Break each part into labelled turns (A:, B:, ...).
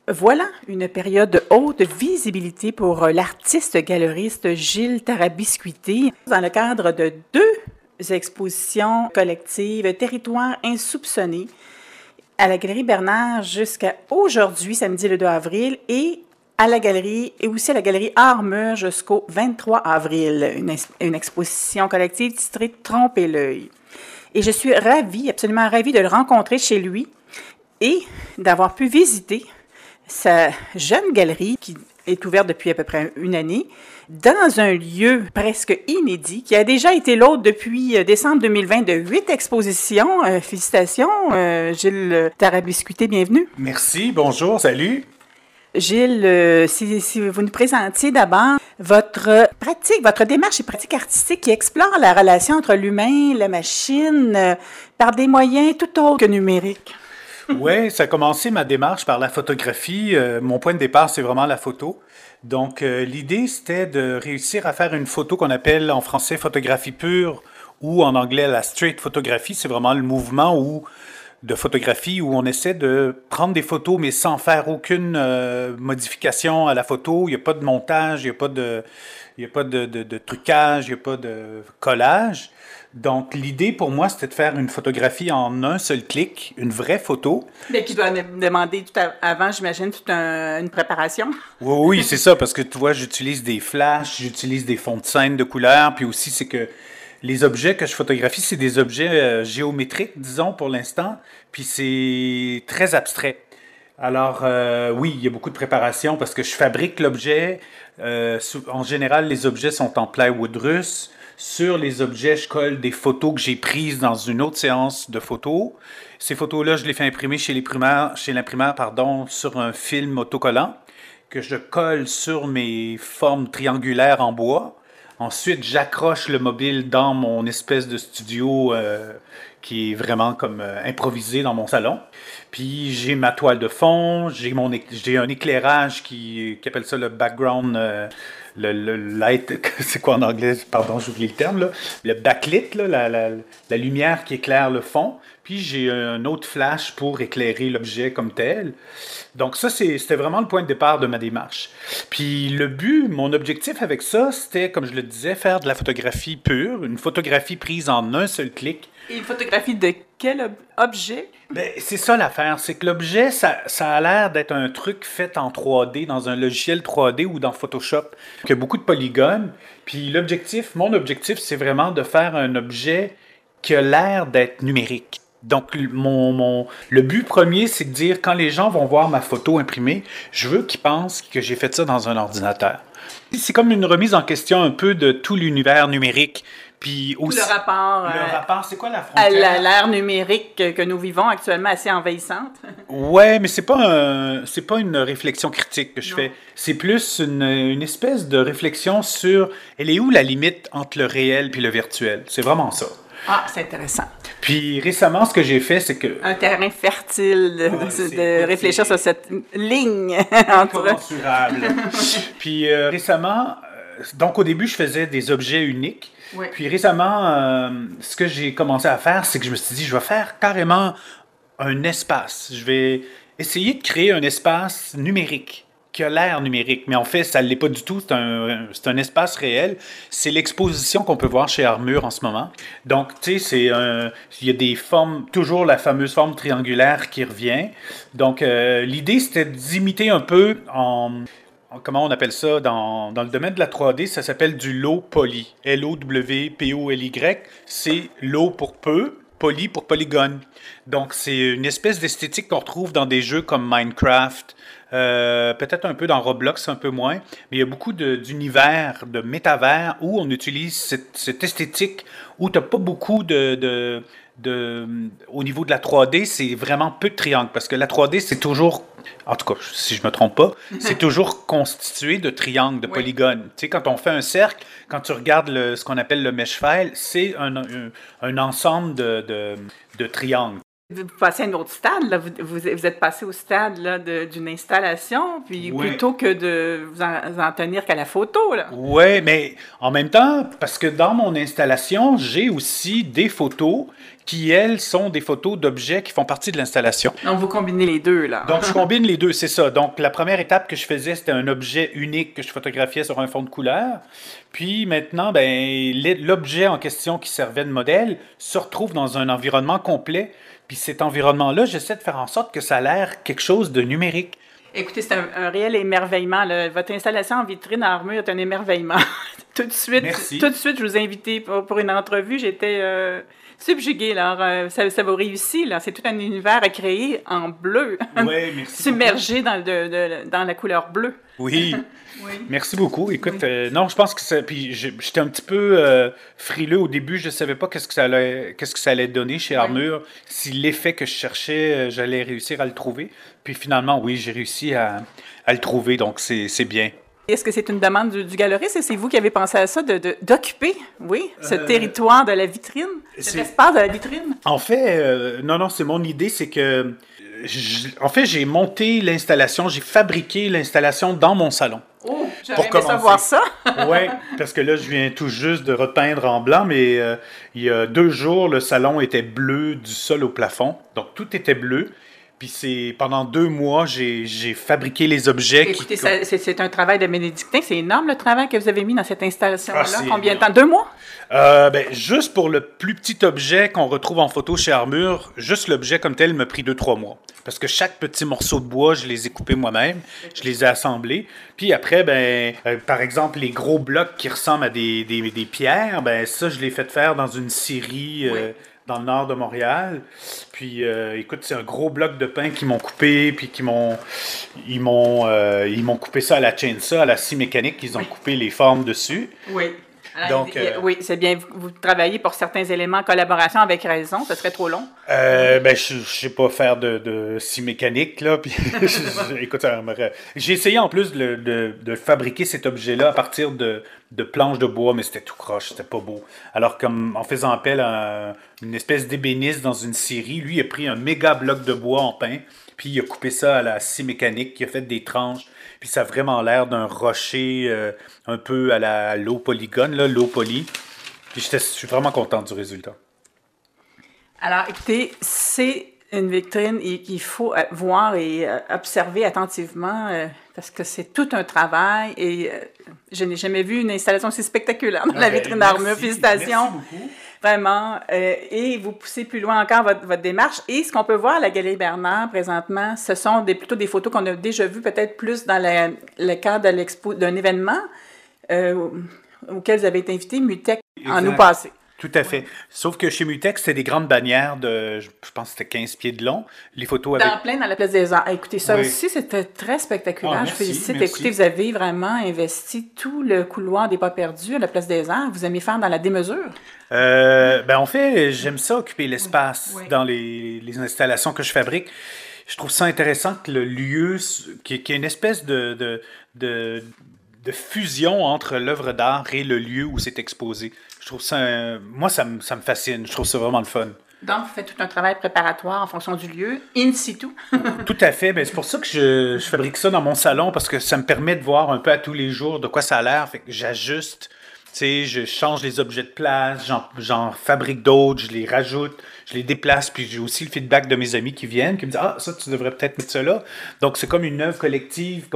A: Voilà une période de haute visibilité pour l'artiste galeriste Gilles Tarabiscuité dans le cadre de 2 expositions collectives Territoires insoupçonnés à la Galerie Bernard jusqu'à aujourd'hui, samedi le 2 avril, et à la galerie et aussi à la Galerie Art-Mur jusqu'au 23 avril, une exposition collective titrée Tromper l'œil. Et je suis ravie, absolument ravie de le rencontrer chez lui et d'avoir pu visiter sa jeune galerie qui est ouverte depuis à peu près une année, dans un lieu presque inédit, qui a déjà été l'hôte depuis décembre 2020 de 8 expositions. Félicitations, Gilles Tarabiscuité, bienvenue.
B: Merci, bonjour, salut.
A: Gilles, si vous nous présentiez d'abord votre pratique, votre démarche et pratique artistique qui explore la relation entre l'humain, la machine, par des moyens tout autres que numériques.
B: Oui, ça a commencé ma démarche par la photographie. Mon point de départ, c'est vraiment la photo. Donc, l'idée, c'était de réussir à faire une photo qu'on appelle en français photographie pure ou en anglais la straight photographie. C'est vraiment le mouvement de photographie où on essaie de prendre des photos mais sans faire aucune modification à la photo. Il n'y a pas de montage, il n'y a pas de trucage, il n'y a pas de collage. Donc, l'idée pour moi, c'était de faire une photographie en un seul clic, une vraie photo.
A: Mais qui doit demander avant, j'imagine, toute une préparation.
B: Oui, c'est ça, parce que tu vois, j'utilise des flashs, j'utilise des fonds de scène de couleurs, puis aussi, c'est que les objets que je photographie, c'est des objets géométriques, disons, pour l'instant, puis c'est très abstrait. Alors, oui, il y a beaucoup de préparation parce que je fabrique l'objet. En général, les objets sont en plywood russe. Sur les objets, je colle des photos que j'ai prises dans une autre séance de photos. Ces photos-là, je les fais imprimer chez l'imprimeur, sur un film autocollant que je colle sur mes formes triangulaires en bois. Ensuite, j'accroche le mobile dans mon espèce de studio qui est vraiment comme improvisé dans mon salon. Puis j'ai ma toile de fond, j'ai un éclairage qui appelle ça le background, le light, c'est quoi en anglais? Pardon, j'ai oublié le terme, là. Le backlit, là, la lumière qui éclaire le fond. Puis j'ai un autre flash pour éclairer l'objet comme tel. Donc ça, c'était vraiment le point de départ de ma démarche. Puis mon objectif avec ça, c'était, comme je le disais, faire de la photographie pure, une photographie prise en un seul clic.
A: Et une photographie de quel objet?
B: Ben, c'est ça l'affaire, c'est que l'objet, ça a l'air d'être un truc fait en 3D, dans un logiciel 3D ou dans Photoshop, qui a beaucoup de polygones. Puis mon objectif, c'est vraiment de faire un objet qui a l'air d'être numérique. Donc, le but premier, c'est de dire, quand les gens vont voir ma photo imprimée, je veux qu'ils pensent que j'ai fait ça dans un ordinateur. C'est comme une remise en question un peu de tout l'univers numérique. Puis aussi,
A: le
B: rapport, c'est quoi la frontière?
A: À l'ère numérique que nous vivons actuellement assez envahissante.
B: Ouais, mais c'est pas une réflexion critique que je fais. C'est plus une espèce de réflexion sur elle est où la limite entre le réel puis le virtuel. C'est vraiment ça.
A: Ah, c'est intéressant.
B: Puis récemment, ce que j'ai fait, c'est que...
A: Un terrain fertile de réfléchir sur cette ligne entre...
B: Incommensurable. Puis récemment, donc au début, je faisais des objets uniques.
A: Oui.
B: Puis récemment, ce que j'ai commencé à faire, c'est que je me suis dit, je vais faire carrément un espace. Je vais essayer de créer un espace numérique qui a l'air numérique, mais en fait, ça ne l'est pas du tout. C'est un espace réel. C'est l'exposition qu'on peut voir chez Armure en ce moment. Donc, tu sais, il y a des formes, toujours la fameuse forme triangulaire qui revient. Donc, l'idée, c'était d'imiter un peu comment on appelle ça, dans le domaine de la 3D, ça s'appelle du low poly. L-O-W-P-O-L-Y. C'est low pour peu, poly pour polygone. Donc, c'est une espèce d'esthétique qu'on retrouve dans des jeux comme Minecraft, peut-être un peu dans Roblox, un peu moins, mais il y a beaucoup d'univers, de métavers où on utilise cette esthétique où tu n'as pas beaucoup au niveau de la 3D, c'est vraiment peu de triangles, parce que la 3D, c'est toujours, en tout cas, si je ne me trompe pas, c'est toujours constitué de triangles, de polygones. Tu sais, quand on fait un cercle, quand tu regardes ce qu'on appelle le mesh file, c'est un ensemble de triangles.
A: Vous passez à un autre stade, là. Vous êtes passé au stade là, d'une installation, puis plutôt que de vous en tenir qu'à la photo, là.
B: Oui, mais en même temps, parce que dans mon installation, j'ai aussi des photos qui, elles, sont des photos d'objets qui font partie de l'installation.
A: Donc, vous combinez les deux, là.
B: Donc, je combine les deux, c'est ça. Donc, la première étape que je faisais, c'était un objet unique que je photographiais sur un fond de couleur. Puis maintenant, ben, l'objet en question qui servait de modèle se retrouve dans un environnement complet. Puis cet environnement-là, j'essaie de faire en sorte que ça a l'air quelque chose de numérique.
A: Écoutez, c'est un réel émerveillement, là. Votre installation en vitrine à Armure est un émerveillement. Tout de suite,
B: Merci.
A: Tout de suite, je vous ai invité pour une entrevue. J'étais subjuguée. Alors, ça vous réussit, là. C'est tout un univers à créer en bleu.
B: Oui, merci.
A: Submergé dans la couleur bleue.
B: Oui.
A: Oui.
B: Merci beaucoup. Écoute, non, je pense que ça. Puis j'étais un petit peu frileux au début. Je ne savais pas qu'est-ce que ça allait donner chez Armure. Si l'effet que je cherchais, j'allais réussir à le trouver. Puis finalement, oui, j'ai réussi à le trouver. Donc, c'est bien.
A: Est-ce que c'est une demande du galeriste? C'est vous qui avez pensé à ça, d'occuper, ce territoire de la vitrine, cet espace de la vitrine?
B: En fait, non, c'est mon idée, c'est que. En fait, j'ai monté l'installation, j'ai fabriqué l'installation dans mon salon.
A: Oh, j'aurais aimé savoir ça.
B: Oui, parce que là, je viens tout juste de repeindre en blanc, mais il y a 2 jours, le salon était bleu du sol au plafond. Donc, tout était bleu. Puis pendant 2 mois, j'ai fabriqué les objets.
A: Écoutez, c'est un travail de bénédictin. C'est énorme le travail que vous avez mis dans cette installation-là. Combien de temps? 2 mois?
B: Juste pour le plus petit objet qu'on retrouve en photo chez Armure, juste l'objet comme tel m'a pris 2-3 mois. Parce que chaque petit morceau de bois, je les ai coupés moi-même, je les ai assemblés. Puis après, par exemple, les gros blocs qui ressemblent à des pierres, ça, je l'ai fait faire dans une scierie dans le nord de Montréal. Puis, écoute, c'est un gros bloc de pain qu'ils m'ont coupé, puis ils m'ont coupé ça à la chainsaw, à la scie mécanique, ils ont coupé les formes dessus.
A: Oui. Alors, donc, oui, c'est bien. Vous travaillez pour certains éléments en collaboration avec raison. Ce serait trop long.
B: Je ne sais pas faire de scie mécanique, là. Puis, écoute, j'ai essayé en plus de fabriquer cet objet-là à partir de planches de bois, mais c'était tout croche, c'était pas beau. Alors, comme en faisant appel à une espèce d'ébéniste dans une scierie, lui, il a pris un méga bloc de bois en pain, puis il a coupé ça à la scie mécanique, il a fait des tranches. Puis ça a vraiment l'air d'un rocher un peu à l'eau polygone, là, l'eau poly. Puis je suis vraiment content du résultat.
A: Alors, écoutez, c'est une vitrine qu'il faut voir et observer attentivement parce que c'est tout un travail et je n'ai jamais vu une installation aussi spectaculaire dans la vitrine d'Armure. Félicitations.
B: Merci beaucoup.
A: Vraiment. Et vous poussez plus loin encore votre démarche. Et ce qu'on peut voir à la Galerie Bernard présentement, ce sont plutôt des photos qu'on a déjà vues peut-être plus dans le cadre de l'expo, d'un événement auquel vous avez été invité, Mutech, en août passé.
B: Tout à fait. Sauf que chez Mutex, c'était des grandes bannières de, je pense que c'était 15 pieds de long. Les photos
A: plein dans la place des Arts. Écoutez, ça aussi, c'était très spectaculaire.
B: Merci,
A: je félicite.
B: merci.
A: Écoutez, vous avez vraiment investi tout le couloir des Pas perdus à la place des Arts. Vous aimez faire dans la démesure?
B: En fait, j'aime ça, occuper l'espace dans les installations que je fabrique. Je trouve ça intéressant que le lieu, qu'il y ait une espèce de fusion entre l'œuvre d'art et le lieu où c'est exposé. Je trouve ça, moi, ça me fascine. Je trouve ça vraiment le fun.
A: Donc, vous faites tout un travail préparatoire en fonction du lieu, in situ.
B: Tout à fait. C'est pour ça que je fabrique ça dans mon salon, parce que ça me permet de voir un peu à tous les jours de quoi ça a l'air. Fait que j'ajuste, je change les objets de place, j'en fabrique d'autres, je les rajoute, je les déplace. Puis j'ai aussi le feedback de mes amis qui viennent, qui me disent « Ah, ça, tu devrais peut-être mettre ça là. » Donc, c'est comme une œuvre collective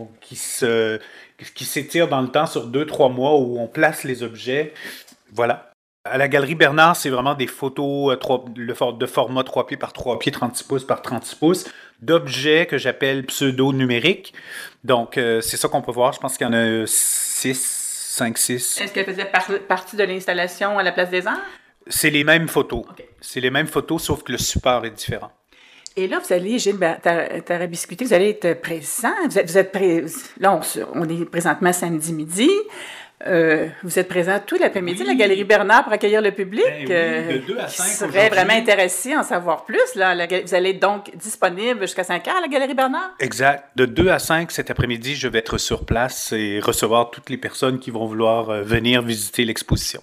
B: qui s'étire dans le temps sur 2-3 mois où on place les objets. Voilà. À la Galerie Bernard, c'est vraiment des photos de format 3 pieds par 3 pieds, 36 pouces par 36 pouces, d'objets que j'appelle pseudo-numériques. Donc, c'est ça qu'on peut voir. Je pense qu'il y en a 5-6.
A: Est-ce qu'elle faisait partie de l'installation à la place des Arts?
B: C'est les mêmes photos.
A: Okay.
B: C'est les mêmes photos, sauf que le support est différent.
A: Et là, vous allez, Gilles Tarabiscuité, vous allez être présent. Là, on est présentement samedi midi. Vous êtes présent tout l'après-midi à la Galerie Bernard pour accueillir le public.
B: De 2 à 5
A: qui serait vraiment intéressé à en savoir plus. Là. Vous allez être donc disponible jusqu'à 5 heures à la Galerie Bernard?
B: Exact. De 2 à 5 cet après-midi, je vais être sur place et recevoir toutes les personnes qui vont vouloir venir visiter l'exposition.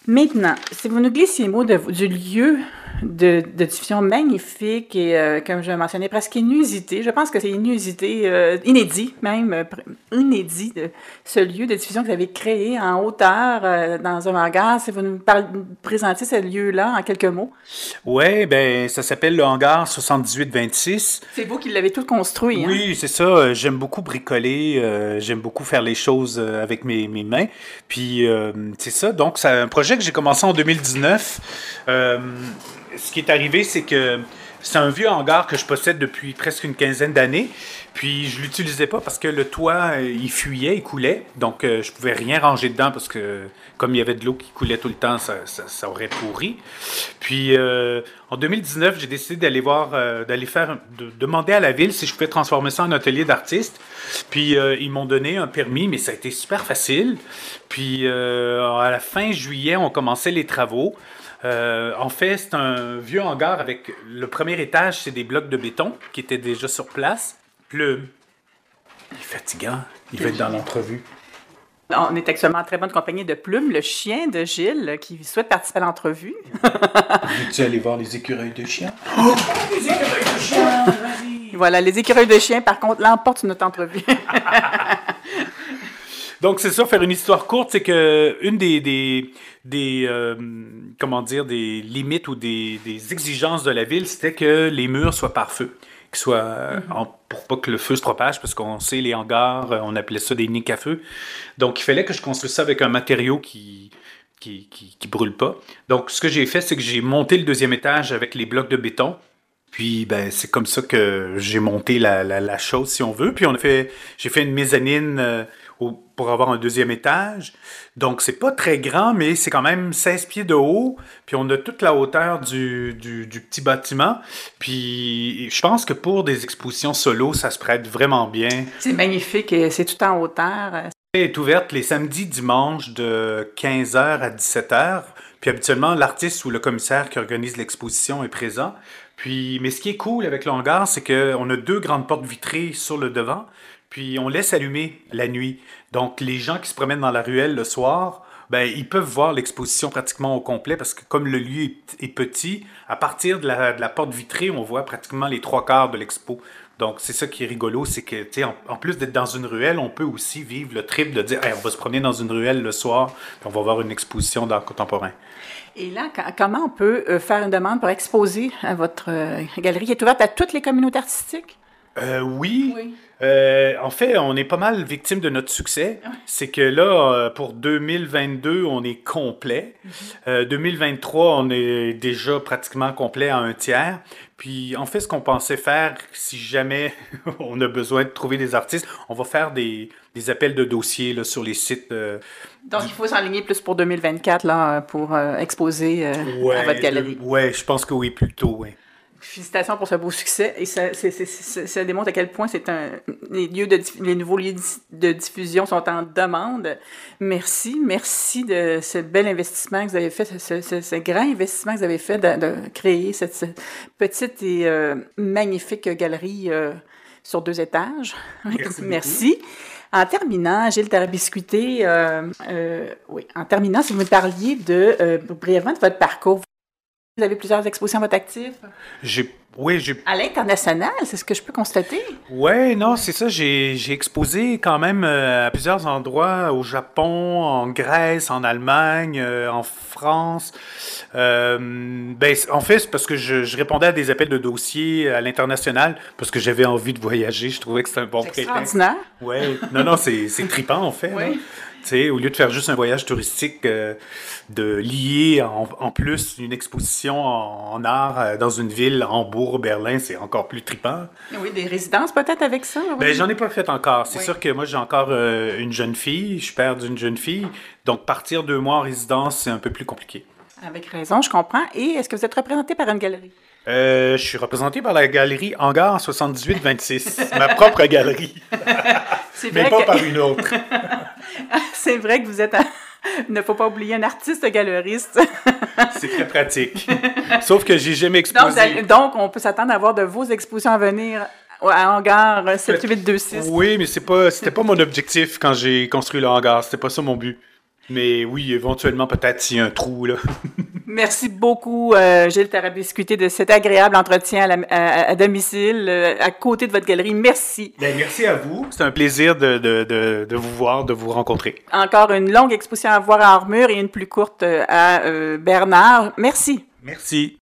A: Maintenant, si vous nous glissiez mot du lieu de diffusion magnifique et, comme je mentionnais, presque inusité. Je pense que c'est inusité, inédit même, inédit, ce lieu de diffusion que vous avez créé en hauteur dans un hangar. Si vous nous présentiez ce lieu-là en quelques mots.
B: Oui, ben ça s'appelle le hangar 7826.
A: C'est vous qui l'avez tout construit, hein?
B: Oui, c'est ça. J'aime beaucoup bricoler. J'aime beaucoup faire les choses avec mes mains. Puis, c'est ça. Donc, c'est un projet que j'ai commencé en 2019. Ce qui est arrivé, c'est que c'est un vieux hangar que je possède depuis presque une quinzaine d'années. Puis je l'utilisais pas parce que le toit, il fuyait, il coulait. Donc je pouvais rien ranger dedans parce que comme il y avait de l'eau qui coulait tout le temps, ça aurait pourri. Puis en 2019, j'ai décidé demander à la ville si je pouvais transformer ça en atelier d'artiste. Puis ils m'ont donné un permis, mais ça a été super facile. Puis à la fin juillet, on commençait les travaux. En fait, c'est un vieux hangar avec le premier étage, c'est des blocs de béton qui étaient déjà sur place. Il est fatigant, il va être dans l'entrevue.
A: On est actuellement en très bonne compagnie de Plume, le chien de Gilles, qui souhaite participer à l'entrevue.
B: Veux-tu aller voir les écureuils de chiens? Oh, les écureuils de chiens! Vas-y!
A: Voilà, les écureuils de chiens, par contre, l'emportent sur notre entrevue.
B: Donc, c'est ça, faire une histoire courte, c'est que une des limites ou des exigences de la ville, c'était que les murs soient par feu. Pour pas que le feu se propage, parce qu'on sait, les hangars, on appelait ça des nids à feu. Donc, il fallait que je construise ça avec un matériau qui brûle pas. Donc, ce que j'ai fait, c'est que j'ai monté le deuxième étage avec les blocs de béton. Puis, ben, c'est comme ça que j'ai monté la chose, si on veut. Puis, j'ai fait une mezzanine pour avoir un deuxième étage. Donc, c'est pas très grand, mais c'est quand même 16 pieds de haut. Puis, on a toute la hauteur du petit bâtiment. Puis, je pense que pour des expositions solo, ça se prête vraiment bien.
A: C'est magnifique, c'est tout en hauteur.
B: Elle est ouverte les samedis, dimanches de 15h à 17h. Puis, habituellement, l'artiste ou le commissaire qui organise l'exposition est présent. Puis, mais ce qui est cool avec le hangar, c'est qu'on a 2 grandes portes vitrées sur le devant. Puis on laisse allumer la nuit. Donc les gens qui se promènent dans la ruelle le soir, ben ils peuvent voir l'exposition pratiquement au complet parce que comme le lieu est petit, à partir de la porte vitrée, on voit pratiquement les 3/4 de l'expo. Donc c'est ça qui est rigolo, c'est que tu sais, en plus d'être dans une ruelle, on peut aussi vivre le trip de dire hey, on va se promener dans une ruelle le soir, puis on va voir une exposition d'art contemporain.
A: Et là, comment on peut faire une demande pour exposer à votre galerie qui est ouverte à toutes les communautés artistiques?
B: Oui. En fait, on est pas mal victime de notre succès. C'est que là, pour 2022, on est complet. 2023, on est déjà pratiquement complet à 1/3. Puis, en fait, ce qu'on pensait faire, si jamais on a besoin de trouver des artistes, on va faire des appels de dossiers là, sur les sites.
A: Donc, il faut s'enligner plus pour 2024 là, pour exposer à votre galerie.
B: Oui, je pense que oui, plutôt, oui.
A: Félicitations pour ce beau succès et ça démontre à quel point les nouveaux lieux de diffusion sont en demande. Merci de ce bel investissement que vous avez fait, ce grand investissement que vous avez fait de créer cette petite et magnifique galerie sur 2 étages. Merci. En terminant, Gilles Tarabiscuité, si vous me parliez brièvement de votre parcours. Vous avez plusieurs expositions à votre actif?
B: Oui.
A: À l'international, c'est ce que je peux constater?
B: Oui, non, c'est ça. J'ai exposé quand même à plusieurs endroits, au Japon, en Grèce, en Allemagne, en France. En fait, c'est parce que je répondais à des appels de dossiers à l'international, parce que j'avais envie de voyager. Je trouvais que c'était un bon prétexte.
A: Extraordinaire.
B: Oui, non, c'est trippant, en fait.
A: Oui.
B: Au lieu de faire juste un voyage touristique, de lier en plus une exposition en art dans une ville, Hambourg, Berlin, c'est encore plus trippant.
A: Oui, des résidences peut-être avec ça? Oui.
B: Ben, j'en ai pas fait encore. C'est sûr que moi, j'ai encore une jeune fille, je suis père d'une jeune fille, donc partir 2 mois en résidence, c'est un peu plus compliqué.
A: Avec raison, je comprends. Et est-ce que vous êtes représenté par une galerie?
B: Je suis représenté par la galerie Hangar 7826, ma propre galerie. Mais pas par une autre.
A: C'est vrai que vous êtes... Il ne faut pas oublier un artiste galeriste.
B: C'est très pratique. Sauf que j'ai jamais exposé.
A: Donc, on peut s'attendre à avoir de vos expositions à venir à Hangar 7826.
B: Oui, mais c'était pas mon objectif quand j'ai construit le hangar. C'était pas ça mon but. Mais oui, éventuellement, peut-être s'il y a un trou, là.
A: Merci beaucoup, Gilles Tarabiscuité, de cet agréable entretien à domicile, à côté de votre galerie. Merci.
B: Ben, merci à vous. C'est un plaisir de vous voir, de vous rencontrer.
A: Encore une longue exposition à voir à Armure et une plus courte à Bernard. Merci.
B: Merci.